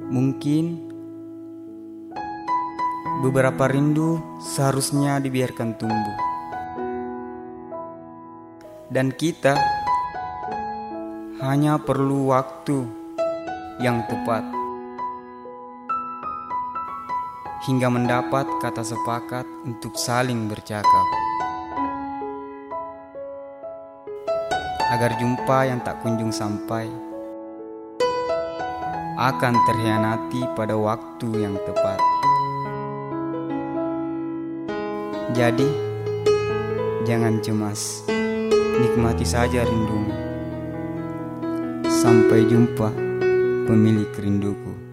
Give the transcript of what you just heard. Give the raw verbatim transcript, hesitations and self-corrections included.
Mungkin beberapa rindu seharusnya dibiarkan tumbuh, dan kita hanya perlu waktu yang tepat hingga mendapat kata sepakat untuk saling bercakap, agar jumpa yang tak kunjung sampai akan terhianati pada waktu yang tepat. Jadi, jangan cemas, nikmati saja rindumu. Sampai jumpa, pemilik rinduku.